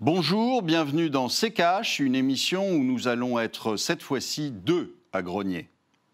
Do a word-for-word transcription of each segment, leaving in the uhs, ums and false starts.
Bonjour, bienvenue dans C'est Cash, une émission où nous allons être cette fois-ci deux à grogner.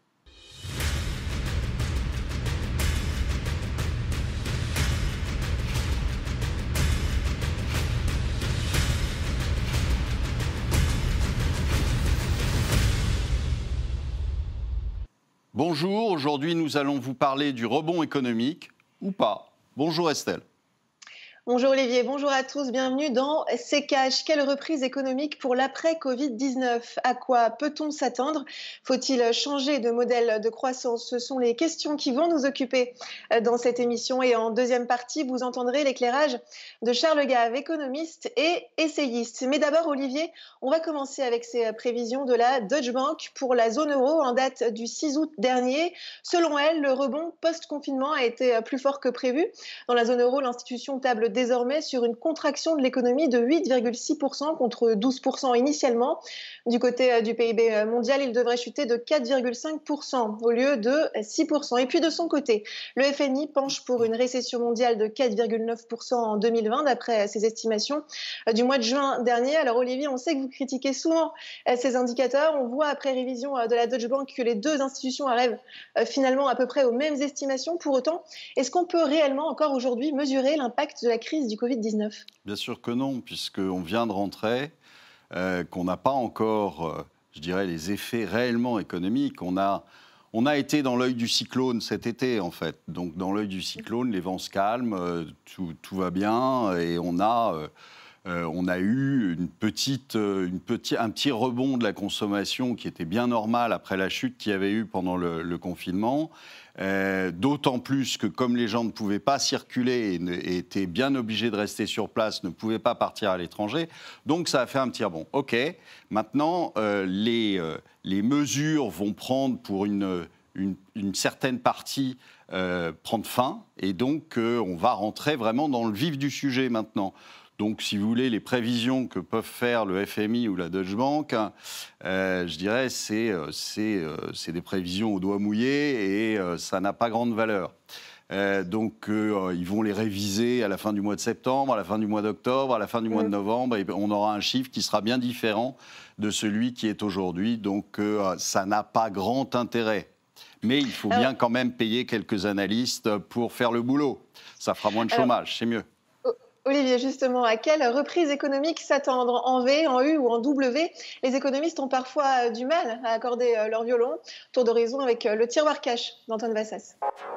Bonjour, aujourd'hui nous allons vous parler du rebond économique, ou pas. Bonjour Estelle. Bonjour Olivier, bonjour à tous, bienvenue dans C'est Cash. Quelle reprise économique pour l'après-covid dix-neuf? À quoi peut-on s'attendre? Faut-il changer de modèle de croissance? Ce sont les questions qui vont nous occuper dans cette émission. Et en deuxième partie, vous entendrez l'éclairage de Charles Gave, économiste et essayiste. Mais d'abord Olivier, on va commencer avec ces prévisions de la Deutsche Bank pour la zone euro en date du six août dernier. Selon elle, le rebond post-confinement a été plus fort que prévu. Dans la zone euro, l'institution table désormais sur une contraction de l'économie de huit virgule six pour cent contre douze pour cent initialement. Du côté du P I B mondial, il devrait chuter de quatre virgule cinq pour cent au lieu de six pour cent. Et puis de son côté, le F M I penche pour une récession mondiale de quatre virgule neuf pour cent en deux mille vingt d'après ses estimations du mois de juin dernier. Alors Olivier, on sait que vous critiquez souvent ces indicateurs. On voit après révision de la Deutsche Bank que les deux institutions arrivent finalement à peu près aux mêmes estimations. Pour autant, est-ce qu'on peut réellement encore aujourd'hui mesurer l'impact de la crise du covid dix-neuf? Bien sûr que non, puisqu'on vient de rentrer, euh, qu'on n'a pas encore, euh, je dirais, les effets réellement économiques. On a, on a été dans l'œil du cyclone cet été, en fait. Donc, dans l'œil du cyclone, les vents se calment, euh, tout, tout va bien, et on a, euh, euh, on a eu une petite, une petit, un petit rebond de la consommation qui était bien normal après la chute qu'il y avait eu pendant le, le confinement. Euh, d'autant plus que comme les gens ne pouvaient pas circuler et, ne, et étaient bien obligés de rester sur place, ne pouvaient pas partir à l'étranger, donc ça a fait un petit rebond. Ok, maintenant euh, les, euh, les mesures vont prendre pour une, une, une certaine partie euh, prendre fin, et donc euh, on va rentrer vraiment dans le vif du sujet maintenant. Donc, si vous voulez, les prévisions que peuvent faire le F M I ou la Deutsche Bank, euh, je dirais, c'est, c'est, c'est des prévisions au doigt mouillé et euh, ça n'a pas grande valeur. Euh, donc, euh, ils vont les réviser à la fin du mois de septembre, à la fin du mois d'octobre, à la fin du mois de novembre, et on aura un chiffre qui sera bien différent de celui qui est aujourd'hui. Donc, euh, ça n'a pas grand intérêt. Mais il faut bien quand même payer quelques analystes pour faire le boulot. Ça fera moins de chômage, c'est mieux. Olivier, justement, à quelle reprise économique s'attendre? En V, en U ou en W? Les économistes ont parfois du mal à accorder leur violon. Tour d'horizon avec le tiroir cash d'Antoine Vassas.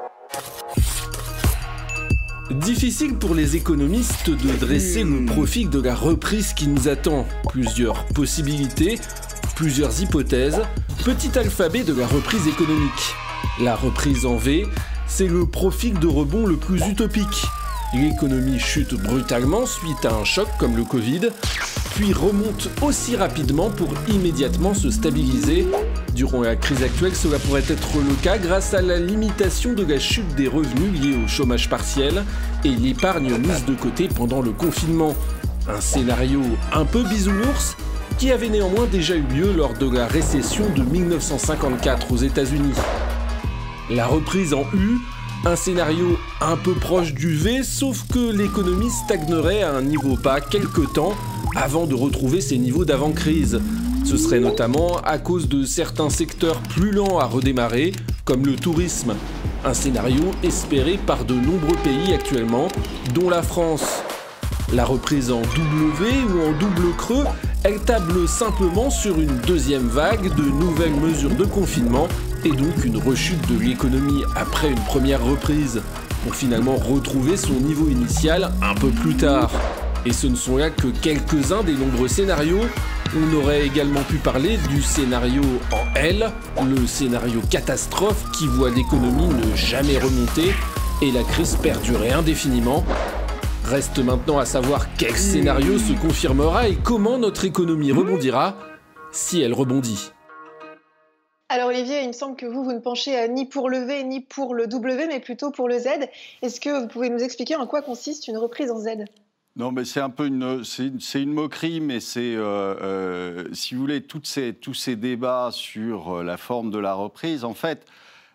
Difficile pour les économistes de dresser le profil de la reprise qui nous attend. Plusieurs possibilités, plusieurs hypothèses, petit alphabet de la reprise économique. La reprise en V, c'est le profil de rebond le plus utopique. L'économie chute brutalement suite à un choc comme le Covid, puis remonte aussi rapidement pour immédiatement se stabiliser. Durant la crise actuelle, cela pourrait être le cas grâce à la limitation de la chute des revenus liés au chômage partiel et l'épargne mise de côté pendant le confinement. Un scénario un peu bisounours qui avait néanmoins déjà eu lieu lors de la récession de mille neuf cent cinquante-quatre aux États-Unis. La reprise en U, un scénario un peu proche du V, sauf que l'économie stagnerait à un niveau bas quelque temps avant de retrouver ses niveaux d'avant-crise. Ce serait notamment à cause de certains secteurs plus lents à redémarrer, comme le tourisme. Un scénario espéré par de nombreux pays actuellement, dont la France. La reprise en W ou en double creux, elle table simplement sur une deuxième vague de nouvelles mesures de confinement et donc une rechute de l'économie après une première reprise, pour finalement retrouver son niveau initial un peu plus tard. Et ce ne sont là que quelques-uns des nombreux scénarios. On aurait également pu parler du scénario en L, le scénario catastrophe qui voit l'économie ne jamais remonter et la crise perdurer indéfiniment. Reste maintenant à savoir quel scénario se confirmera et comment notre économie rebondira, si elle rebondit. Alors Olivier, il me semble que vous, vous ne penchez ni pour le V ni pour le W, mais plutôt pour le Z. Est-ce que vous pouvez nous expliquer en quoi consiste une reprise en Z ? Non, mais c'est un peu une, c'est, c'est une moquerie, mais c'est, euh, euh, si vous voulez, toutes ces, tous ces débats sur la forme de la reprise, en fait,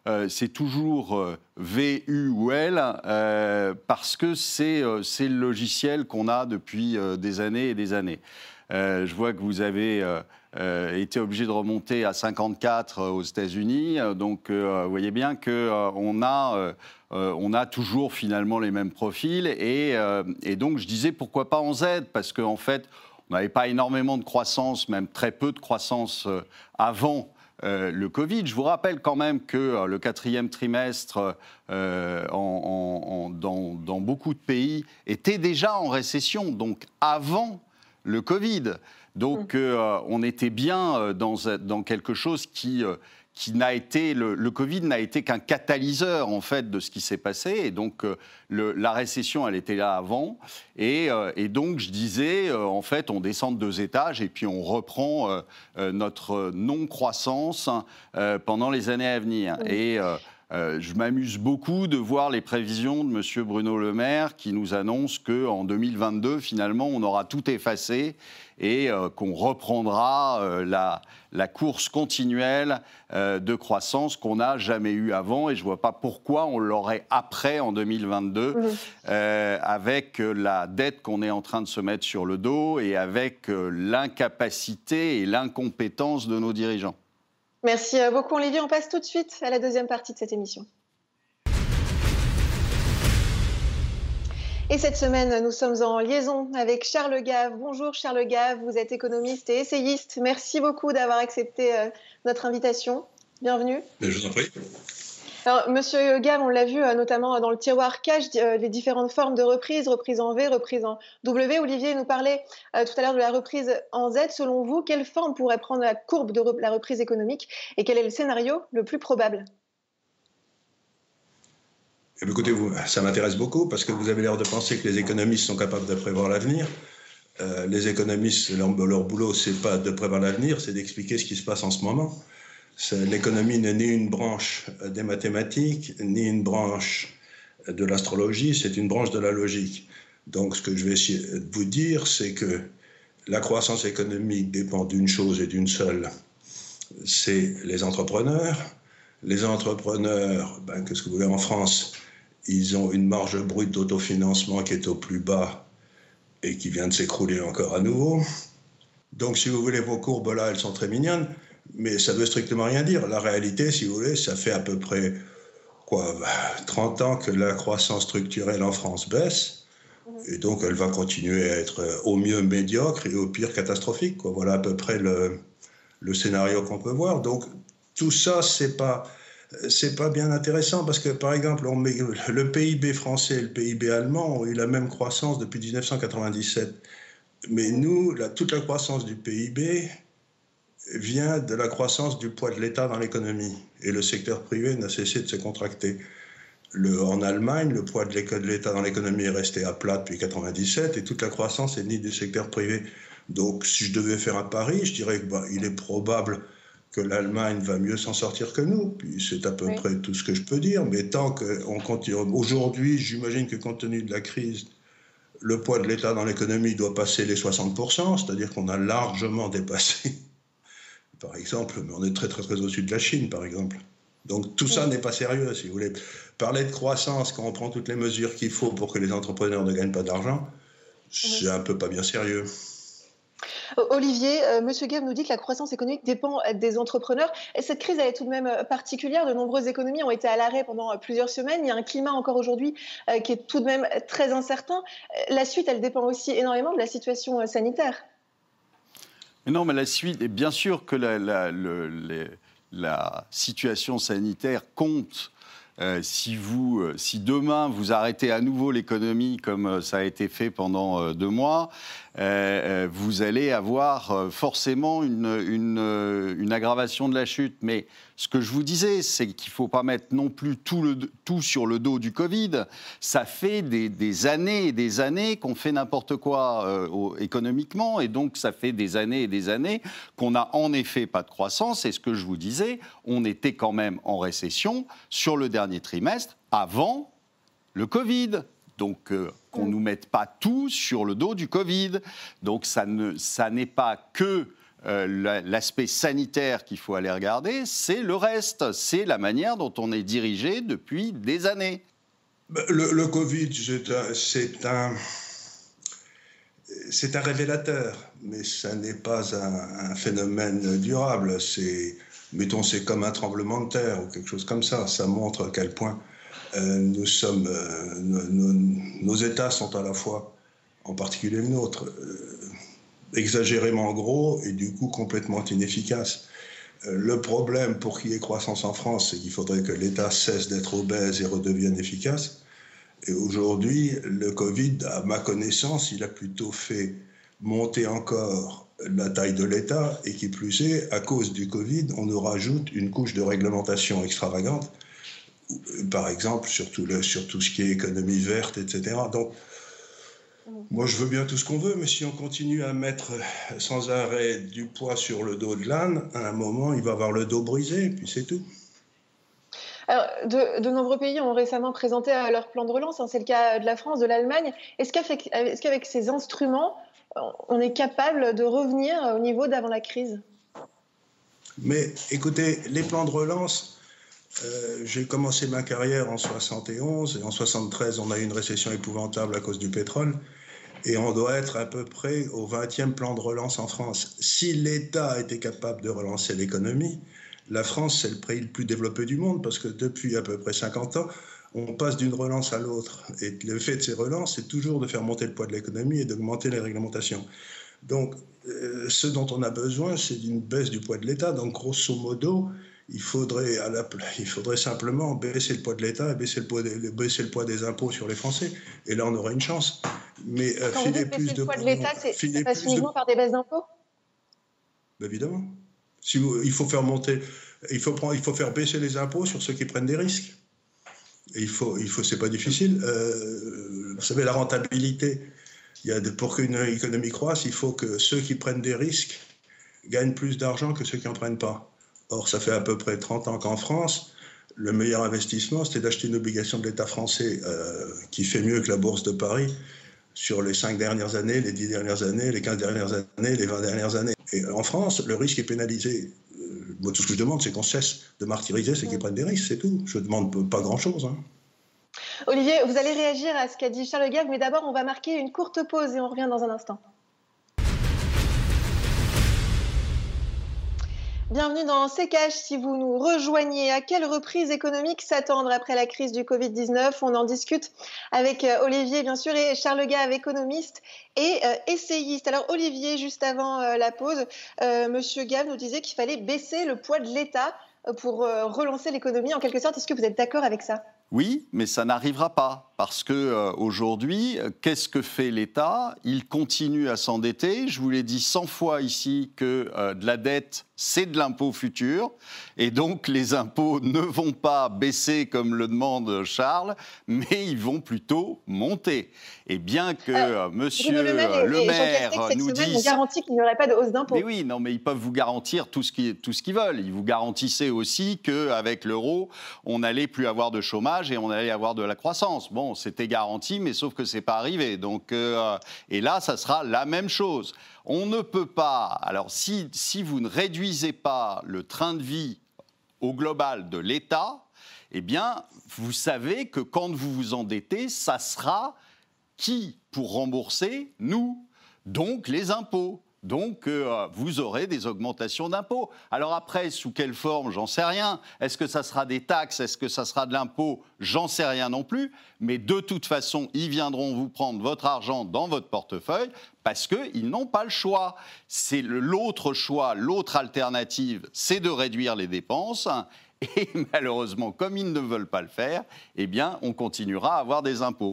euh, c'est toujours euh, V, U ou L, euh, parce que c'est, euh, c'est le logiciel qu'on a depuis euh, des années et des années. Euh, je vois que vous avez euh, euh, été obligé de remonter à cinquante-quatre euh, aux États-Unis, donc euh, vous voyez bien qu'on euh, a, euh, on a toujours finalement les mêmes profils, et, euh, et donc je disais pourquoi pas en Z, parce qu'en fait, on n'avait pas énormément de croissance, même très peu de croissance euh, avant euh, le Covid. Je vous rappelle quand même que euh, le quatrième trimestre euh, en, en, en, dans, dans beaucoup de pays était déjà en récession, donc avant le Covid. Donc euh, on était bien dans, dans quelque chose qui... Euh, qui n'a été, le, le Covid n'a été qu'un catalyseur en fait de ce qui s'est passé, et donc euh, le, la récession elle était là avant, et, euh, et donc je disais euh, en fait on descend de deux étages et puis on reprend euh, euh, notre non-croissance euh, pendant les années à venir. Oui. Et euh, Euh, je m'amuse beaucoup de voir les prévisions de M. Bruno Le Maire qui nous annonce qu'en deux mille vingt-deux, finalement, on aura tout effacé et euh, qu'on reprendra euh, la, la course continuelle euh, de croissance qu'on n'a jamais eue avant. Et je ne vois pas pourquoi on l'aurait après, en deux mille vingt-deux, mmh. euh, avec la dette qu'on est en train de se mettre sur le dos et avec euh, l'incapacité et l'incompétence de nos dirigeants. Merci beaucoup Olivier, on passe tout de suite à la deuxième partie de cette émission. Et cette semaine, nous sommes en liaison avec Charles Gave. Bonjour Charles Gave, vous êtes économiste et essayiste. Merci beaucoup d'avoir accepté notre invitation. Bienvenue. Mais je vous en prie. Alors, Monsieur Gave, on l'a vu notamment dans le tiroir cash, les différentes formes de reprise, reprise en V, reprise en W. Olivier nous parlait euh, tout à l'heure de la reprise en Z. Selon vous, quelle forme pourrait prendre la courbe de re- la reprise économique et quel est le scénario le plus probable ? Eh bien, écoutez, vous, ça m'intéresse beaucoup parce que vous avez l'air de penser que les économistes sont capables de prévoir l'avenir. Euh, les économistes, leur, leur boulot, c'est pas de prévoir l'avenir, c'est d'expliquer ce qui se passe en ce moment. L'économie n'est ni une branche des mathématiques, ni une branche de l'astrologie, c'est une branche de la logique. Donc ce que je vais essayer de vous dire, c'est que la croissance économique dépend d'une chose et d'une seule, c'est les entrepreneurs. Les entrepreneurs, ben, qu'est-ce que vous voulez en France, ils ont une marge brute d'autofinancement qui est au plus bas et qui vient de s'écrouler encore à nouveau. Donc si vous voulez, vos courbes là, elles sont très mignonnes, mais ça ne veut strictement rien dire. La réalité, si vous voulez, ça fait à peu près quoi, trente ans que la croissance structurelle en France baisse. Et donc, elle va continuer à être au mieux médiocre et au pire catastrophique, quoi. Voilà à peu près le, le scénario qu'on peut voir. Donc, tout ça, ce n'est pas, c'est pas bien intéressant parce que, par exemple, on met, le P I B français et le P I B allemand ont eu la même croissance depuis dix-neuf cent quatre-vingt-dix-sept. Mais nous, la, toute la croissance du P I B vient de la croissance du poids de l'État dans l'économie. Et le secteur privé n'a cessé de se contracter. Le, en Allemagne, le poids de l'État dans l'économie est resté à plat depuis mille neuf cent quatre-vingt-dix-sept et toute la croissance est née du secteur privé. Donc, si je devais faire un pari, je dirais qu'il bah, est probable que l'Allemagne va mieux s'en sortir que nous. Puis c'est à peu oui. près tout ce que je peux dire. Mais tant qu'on continue... Aujourd'hui, j'imagine que compte tenu de la crise, le poids de l'État dans l'économie doit passer les soixante pour cent, c'est-à-dire qu'on a largement dépassé... Par exemple, mais on est très très très au-dessus de la Chine, par exemple. Donc tout ça oui. n'est pas sérieux, si vous voulez. Parler de croissance quand on prend toutes les mesures qu'il faut pour que les entrepreneurs ne gagnent pas d'argent, c'est oui. un peu pas bien sérieux. Olivier, euh, M. Gave nous dit que la croissance économique dépend des entrepreneurs. Et cette crise elle est tout de même particulière. De nombreuses économies ont été à l'arrêt pendant plusieurs semaines. Il y a un climat encore aujourd'hui euh, qui est tout de même très incertain. La suite, elle dépend aussi énormément de la situation sanitaire. Non, mais la suite, et bien sûr que la, la, le, les, la situation sanitaire compte. Euh, si, vous, euh, si demain vous arrêtez à nouveau l'économie comme euh, ça a été fait pendant euh, deux mois, euh, vous allez avoir euh, forcément une, une, euh, une aggravation de la chute. Mais ce que je vous disais, c'est qu'il ne faut pas mettre non plus tout, le, tout sur le dos du Covid. Ça fait des, des années et des années qu'on fait n'importe quoi euh, au, économiquement, et donc ça fait des années et des années qu'on n'a en effet pas de croissance. Et ce que je vous disais, on était quand même en récession sur le dernier trimestre avant le Covid. Donc, euh, qu'on ne nous mette pas tout sur le dos du Covid. Donc, ça, ne, ça n'est pas que euh, l'aspect sanitaire qu'il faut aller regarder, c'est le reste, c'est la manière dont on est dirigé depuis des années. Le, le Covid, c'est un, c'est un, c'est un révélateur, mais ça n'est pas un, un phénomène durable. C'est, mettons, c'est comme un tremblement de terre ou quelque chose comme ça. Ça montre à quel point euh, nous sommes, euh, nos, nos, nos États sont à la fois, en particulier le nôtre, euh, exagérément gros et du coup complètement inefficaces. Euh, le problème pour qu'il y ait croissance en France, c'est qu'il faudrait que l'État cesse d'être obèse et redevienne efficace. Et aujourd'hui, le Covid, à ma connaissance, il a plutôt fait monter encore la taille de l'État et qui plus est, à cause du Covid, on nous rajoute une couche de réglementation extravagante, par exemple sur tout, le, sur tout ce qui est économie verte, et cetera. Donc, moi, je veux bien tout ce qu'on veut, mais si on continue à mettre sans arrêt du poids sur le dos de l'âne, à un moment, il va avoir le dos brisé, et puis c'est tout. Alors, de, de nombreux pays ont récemment présenté leur plan de relance, hein, c'est le cas de la France, de l'Allemagne. Est-ce qu'avec, est-ce qu'avec ces instruments, on est capable de revenir au niveau d'avant la crise ? Mais écoutez, les plans de relance, euh, j'ai commencé ma carrière en soixante et onze, et en soixante-treize, on a eu une récession épouvantable à cause du pétrole, et on doit être à peu près au vingtième plan de relance en France. Si l'État était capable de relancer l'économie, la France, c'est le pays le plus développé du monde parce que depuis à peu près cinquante ans, on passe d'une relance à l'autre. Et le fait de ces relances, c'est toujours de faire monter le poids de l'économie et d'augmenter les réglementations. Donc, euh, ce dont on a besoin, c'est d'une baisse du poids de l'État. Donc, grosso modo, il faudrait, à la, il faudrait simplement baisser le poids de l'État et baisser le, poids des, baisser le poids des impôts sur les Français. Et là, on aurait une chance. Mais euh, Quand filer vous dites plus baisser de le poids de l'État, c'est, ça passe uniquement de... par des baisses d'impôts ? Évidemment. Si vous, il faut faire monter, il faut prendre, il faut faire baisser les impôts sur ceux qui prennent des risques. Et il faut, il faut, c'est pas difficile. Euh, vous savez, la rentabilité, il y a de, pour qu'une économie croisse, il faut que ceux qui prennent des risques gagnent plus d'argent que ceux qui en prennent pas. Or, ça fait à peu près trente ans qu'en France, le meilleur investissement, c'était d'acheter une obligation de l'État français euh, qui fait mieux que la Bourse de Paris sur les cinq dernières années, les dix dernières années, les quinze dernières années, les vingt dernières années. Et en France, le risque est pénalisé. Euh, moi, tout ce que je demande, c'est qu'on cesse de martyriser ceux qui prennent des risques, c'est tout. Je ne demande pas grand-chose. Hein. Olivier, vous allez réagir à ce qu'a dit Charles Gave, mais d'abord, on va marquer une courte pause et on revient dans un instant. Bienvenue dans C K H. Si vous nous rejoignez, à quelle reprise économique s'attendre après la crise du covid dix-neuf ? On en discute avec Olivier, bien sûr, et Charles Gave, économiste et euh, essayiste. Alors, Olivier, juste avant euh, la pause, euh, Monsieur Gave nous disait qu'il fallait baisser le poids de l'État pour euh, relancer l'économie, en quelque sorte. Est-ce que vous êtes d'accord avec ça ? Oui, mais ça n'arrivera pas, parce qu'aujourd'hui, euh, qu'est-ce que fait l'État ? Il continue à s'endetter. Je vous l'ai dit cent fois ici que euh, de la dette, c'est de l'impôt futur, et donc les impôts ne vont pas baisser comme le demande Charles, mais ils vont plutôt monter. Et bien que euh, Monsieur Le Maire, le maire nous dise... On garantit qu'il n'y aurait pas de hausse d'impôts. Mais oui, non, mais ils peuvent vous garantir tout ce qu'ils, tout ce qu'ils veulent. Ils vous garantissaient aussi qu'avec l'euro, on n'allait plus avoir de chômage et on allait avoir de la croissance. Bon, c'était garanti, mais sauf que ce n'est pas arrivé. Donc, euh, et là, ça sera la même chose. On ne peut pas... Alors, si, si vous ne réduisez pas le train de vie au global de l'État, eh bien, vous savez que quand vous vous endettez, ça sera qui pour rembourser ? Nous. Donc, les impôts. Donc, euh, vous aurez des augmentations d'impôts. Alors après, sous quelle forme ? J'en sais rien. Est-ce que ça sera des taxes ? Est-ce que ça sera de l'impôt ? J'en sais rien non plus. Mais de toute façon, ils viendront vous prendre votre argent dans votre portefeuille parce qu'ils n'ont pas le choix. C'est l'autre choix, l'autre alternative, c'est de réduire les dépenses. Et malheureusement, comme ils ne veulent pas le faire, eh bien, on continuera à avoir des impôts.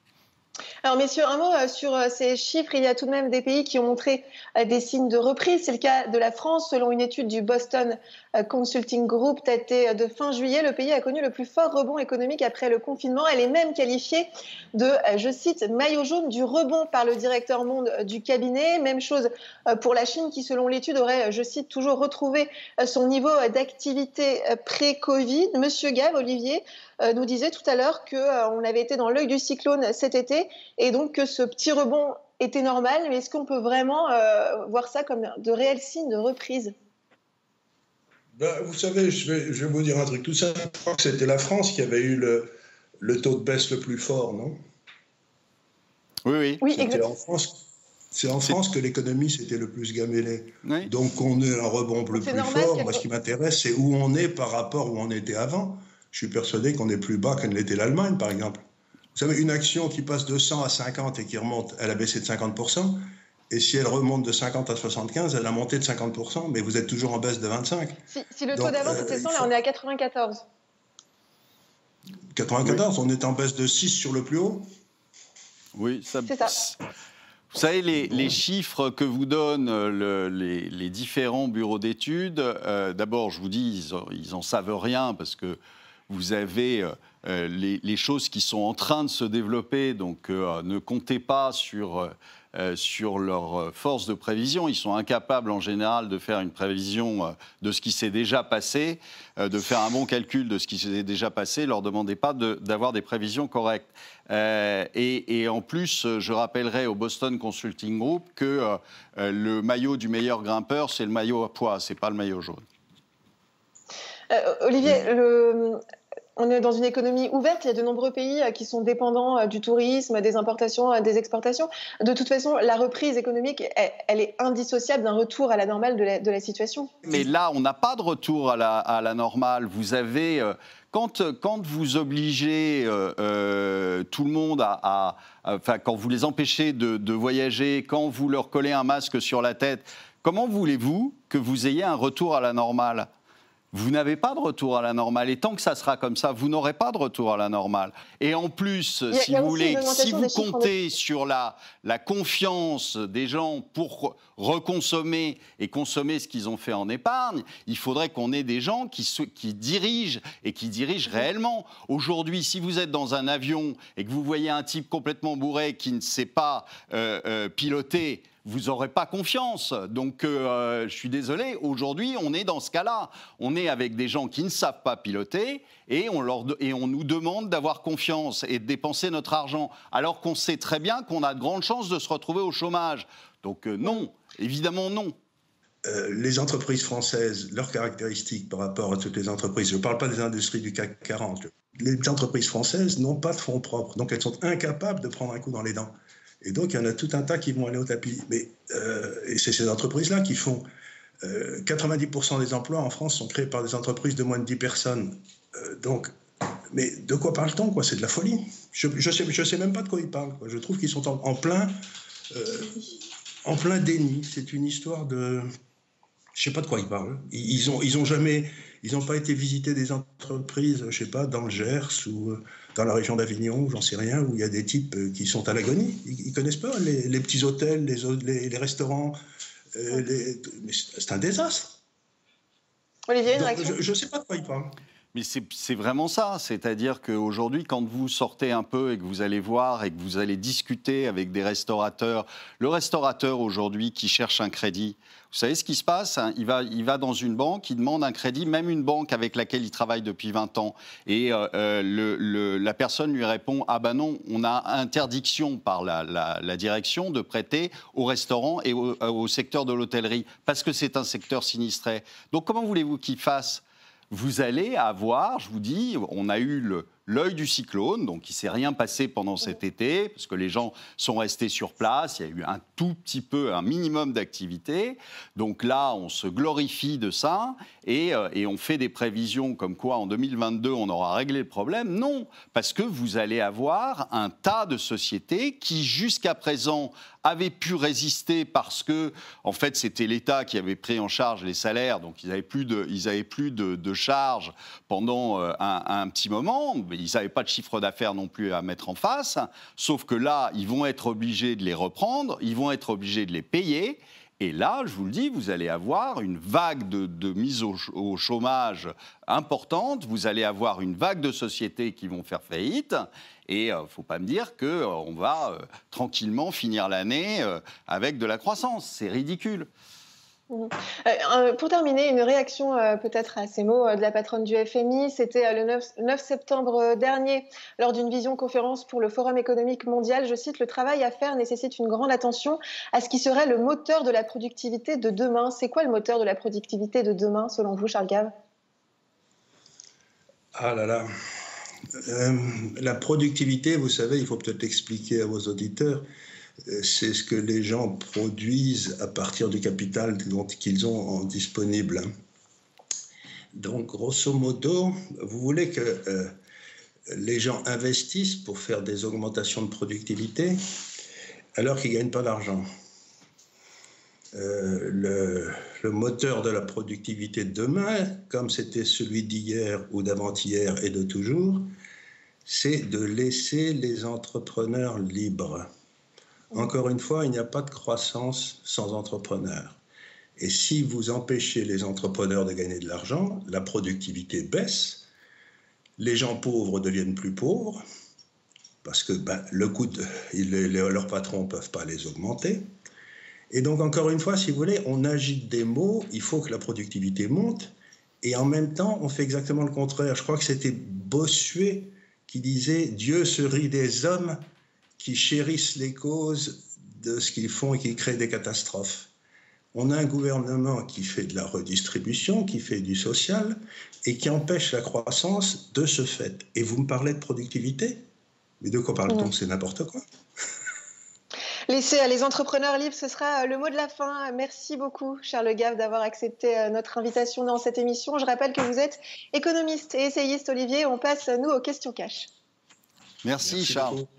Alors, messieurs, un mot sur ces chiffres. Il y a tout de même des pays qui ont montré des signes de reprise. C'est le cas de la France. Selon une étude du Boston Consulting Group datée de fin juillet, le pays a connu le plus fort rebond économique après le confinement. Elle est même qualifiée de, je cite, maillot jaune du rebond par le directeur monde du cabinet. Même chose pour la Chine qui, selon l'étude, aurait, je cite, toujours retrouvé son niveau d'activité pré-Covid. Monsieur Gave, Olivier, nous disait tout à l'heure qu'on avait été dans l'œil du cyclone cet été et donc que ce petit rebond était normal, mais est-ce qu'on peut vraiment euh, voir ça comme de réels signes de reprise ? Ben, vous savez, je vais, je vais vous dire un truc tout simple. Je crois que c'était la France qui avait eu le, le taux de baisse le plus fort, non ? Oui, oui. Oui, C'était exact. en France. C'est en France que l'économie s'était le plus gamellée. Oui. Donc on est un rebond le C'est plus normal fort. qu'elle- Moi, ce qui m'intéresse, c'est où on est par rapport où on était avant. Je suis persuadé qu'on est plus bas que ne l'était l'Allemagne, par exemple. Vous savez, une action qui passe de cent à cinquante et qui remonte, elle a baissé de cinquante pour cent. Et si elle remonte de cinquante à soixante-quinze, elle a monté de cinquante pour cent, mais vous êtes toujours en baisse de vingt-cinq. Si, si le taux Donc, d'avant euh, c'était il cent, là faut- on est à quatre-vingt-quatorze. quatre-vingt-quatorze, on est en baisse de six sur le plus haut. Oui, ça, C'est ça. Vous savez, les, les chiffres que vous donnent le, les, les différents bureaux d'études, euh, d'abord, je vous dis, ils n'en savent rien parce que vous avez euh, les, les choses qui sont en train de se développer, donc euh, ne comptez pas sur, euh, sur leur force de prévision. Ils sont incapables en général de faire une prévision euh, de ce qui s'est déjà passé, euh, de faire un bon calcul de ce qui s'est déjà passé. Ne leur demandez pas de, d'avoir des prévisions correctes. Euh, et, et en plus, je rappellerai au Boston Consulting Group que euh, le maillot du meilleur grimpeur, c'est le maillot à pois, c'est pas le maillot jaune. Euh, Olivier, le... on est dans une économie ouverte, il y a de nombreux pays qui sont dépendants du tourisme, des importations, des exportations. De toute façon, la reprise économique, elle, elle est indissociable d'un retour à la normale de la, de la situation. Mais là, on n'a pas de retour à la, à la normale. Vous avez... Euh, Quand, quand vous obligez euh, euh, tout le monde à, à, à... Enfin, quand vous les empêchez de, de voyager, quand vous leur collez un masque sur la tête, comment voulez-vous que vous ayez un retour à la normale ? Vous n'avez pas de retour à la normale. Et tant que ça sera comme ça, vous n'aurez pas de retour à la normale. Et en plus, Il y a- si il y a vous aussi voulez, une augmentation si vous des chiffres en comptez sur la, la confiance des gens pour reconsommer et consommer ce qu'ils ont fait en épargne, il faudrait qu'on ait des gens qui, se- qui dirigent et qui dirigent réellement. Aujourd'hui, si vous êtes dans un avion et que vous voyez un type complètement bourré qui ne sait pas euh, euh, piloter, vous n'aurez pas confiance. Donc, euh, je suis désolé, aujourd'hui, on est dans ce cas-là. On est avec des gens qui ne savent pas piloter et on, leur de- et on nous demande d'avoir confiance et de dépenser notre argent, alors qu'on sait très bien qu'on a de grandes chances de se retrouver au chômage. Donc, euh, non, évidemment non. Euh, les entreprises françaises, leurs caractéristiques par rapport à toutes les entreprises, je ne parle pas des industries du C A C quarante, les entreprises françaises n'ont pas de fonds propres, donc elles sont incapables de prendre un coup dans les dents. Et donc, il y en a tout un tas qui vont aller au tapis. Mais, euh, et c'est ces entreprises-là qui font... Euh, quatre-vingt-dix pour cent des emplois en France sont créés par des entreprises de moins de dix personnes. Euh, donc, mais de quoi parle-t-on, quoi ? C'est de la folie. Je ne sais, je sais même pas de quoi ils parlent, quoi. Je trouve qu'ils sont en, en, plein, euh, en plein déni. C'est une histoire de... Je ne sais pas de quoi ils parlent. Ils n'ont ils ont jamais... Ils n'ont pas été visiter des entreprises, je ne sais pas, dans le Gers ou dans la région d'Avignon, j'en sais rien, où il y a des types qui sont à l'agonie. Ils ne connaissent pas les, les petits hôtels, les, les, les restaurants. Euh, les... Mais c'est un désastre. Olivier, une Donc, réaction ? je ne sais pas de quoi il parle. Mais c'est, c'est vraiment ça, c'est-à-dire qu'aujourd'hui, quand vous sortez un peu et que vous allez voir et que vous allez discuter avec des restaurateurs, le restaurateur aujourd'hui qui cherche un crédit, vous savez ce qui se passe, hein, il va, il va dans une banque, il demande un crédit, même une banque avec laquelle il travaille depuis vingt ans, et euh, le, le, la personne lui répond « Ah ben non, on a interdiction par la, la, la direction de prêter au restaurant et au, au secteur de l'hôtellerie, parce que c'est un secteur sinistré. » Donc comment voulez-vous qu'il fasse ? Vous allez avoir, je vous dis, on a eu le, l'œil du cyclone, donc il ne s'est rien passé pendant cet été, parce que les gens sont restés sur place, il y a eu un tout petit peu, un minimum d'activité. Donc là, on se glorifie de ça, et, euh, et on fait des prévisions comme quoi en deux mille vingt-deux, on aura réglé le problème. Non, parce que vous allez avoir un tas de sociétés qui, jusqu'à présent, avaient pu résister parce que, en fait, c'était l'État qui avait pris en charge les salaires, donc ils n'avaient plus de, ils avaient plus de, de charges pendant euh, un, un petit moment. Ils n'avaient pas de chiffre d'affaires non plus à mettre en face, sauf que là, ils vont être obligés de les reprendre, ils vont être obligés de les payer. Et là, je vous le dis, vous allez avoir une vague de, de mise au, au chômage importante, vous allez avoir une vague de sociétés qui vont faire faillite, et il euh, ne faut pas me dire qu'on euh, va euh, tranquillement finir l'année euh, avec de la croissance. C'est ridicule. Mmh. Euh, pour terminer, une réaction euh, peut-être à ces mots euh, de la patronne du F M I. C'était euh, le neuf, neuf septembre dernier, lors d'une visioconférence pour le Forum économique mondial. Je cite, « Le travail à faire nécessite une grande attention à ce qui serait le moteur de la productivité de demain ». C'est quoi le moteur de la productivité de demain, selon vous, Charles Gave ? Ah là là. Euh, la productivité, vous savez, il faut peut-être expliquer à vos auditeurs, c'est ce que les gens produisent à partir du capital qu'ils ont disponible. Donc, grosso modo, vous voulez que euh, les gens investissent pour faire des augmentations de productivité alors qu'ils ne gagnent pas d'argent. Euh, le, le moteur de la productivité de demain, comme c'était celui d'hier ou d'avant-hier et de toujours, c'est de laisser les entrepreneurs libres. Encore une fois, il n'y a pas de croissance sans entrepreneurs. Et si vous empêchez les entrepreneurs de gagner de l'argent, la productivité baisse, les gens pauvres deviennent plus pauvres, parce que ben, le coût de, les, les, leurs patrons ne peuvent pas les augmenter. Et donc, encore une fois, si vous voulez, on agite des mots, il faut que la productivité monte, et en même temps, on fait exactement le contraire. Je crois que c'était Bossuet qui disait « Dieu se rit des hommes » qui chérissent les causes de ce qu'ils font et qui créent des catastrophes. On a un gouvernement qui fait de la redistribution, qui fait du social et qui empêche la croissance de ce fait. Et vous me parlez de productivité ? Mais de quoi parle-t-on ? C'est n'importe quoi. Laisser les entrepreneurs libres, ce sera le mot de la fin. Merci beaucoup, Charles Gave, d'avoir accepté notre invitation dans cette émission. Je rappelle que vous êtes économiste et essayiste, Olivier. On passe, nous, aux questions cash. Merci, Merci Charles. Beaucoup.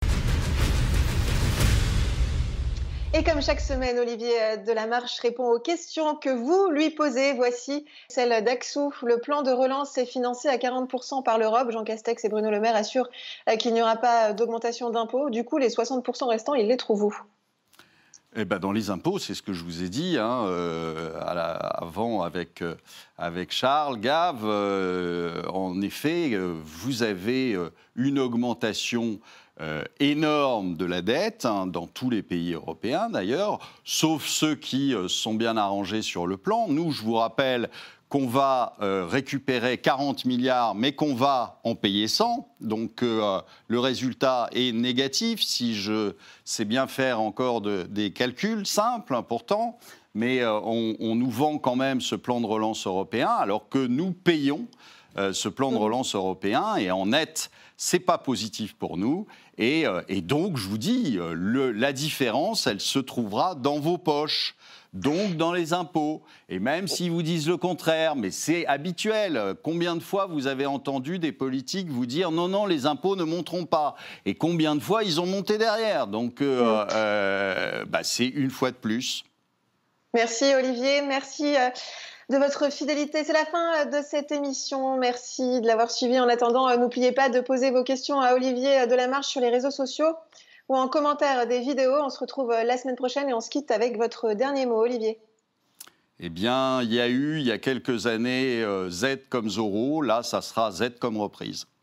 Et comme chaque semaine, Olivier Delamarche répond aux questions que vous lui posez. Voici celle d'Axou. Le plan de relance est financé à quarante pour cent par l'Europe. Jean Castex et Bruno Le Maire assurent qu'il n'y aura pas d'augmentation d'impôts. Du coup, les soixante pour cent restants, ils les trouvent où ? Eh ben dans les impôts, c'est ce que je vous ai dit hein, euh, à la, avant avec, euh, avec Charles Gave. Euh, en effet, euh, vous avez euh, une augmentation euh, énorme de la dette hein, dans tous les pays européens d'ailleurs, sauf ceux qui euh, sont bien arrangés sur le plan. Nous, je vous rappelle qu'on va euh, récupérer quarante milliards, mais qu'on va en payer cent. Donc, euh, le résultat est négatif, si je sais bien faire encore de, des calculs simples, hein, pourtant. Mais euh, on, on nous vend quand même ce plan de relance européen, alors que nous payons euh, ce plan de relance européen. Et en net, c'est pas positif pour nous. Et, euh, et donc, je vous dis, le, la différence, elle se trouvera dans vos poches. Donc dans les impôts. Et même s'ils vous disent le contraire, mais c'est habituel. Combien de fois vous avez entendu des politiques vous dire non, non, les impôts ne monteront pas. Et combien de fois ils ont monté derrière. Donc euh, euh, bah, c'est une fois de plus. Merci Olivier, merci de votre fidélité. C'est la fin de cette émission. Merci de l'avoir suivi. En attendant, n'oubliez pas de poser vos questions à Olivier Delamarche sur les réseaux sociaux ou en commentaire des vidéos. On se retrouve la semaine prochaine et on se quitte avec votre dernier mot, Olivier. Eh bien, il y a eu, il y a quelques années, Z comme Zorro. Là, ça sera Z comme reprise.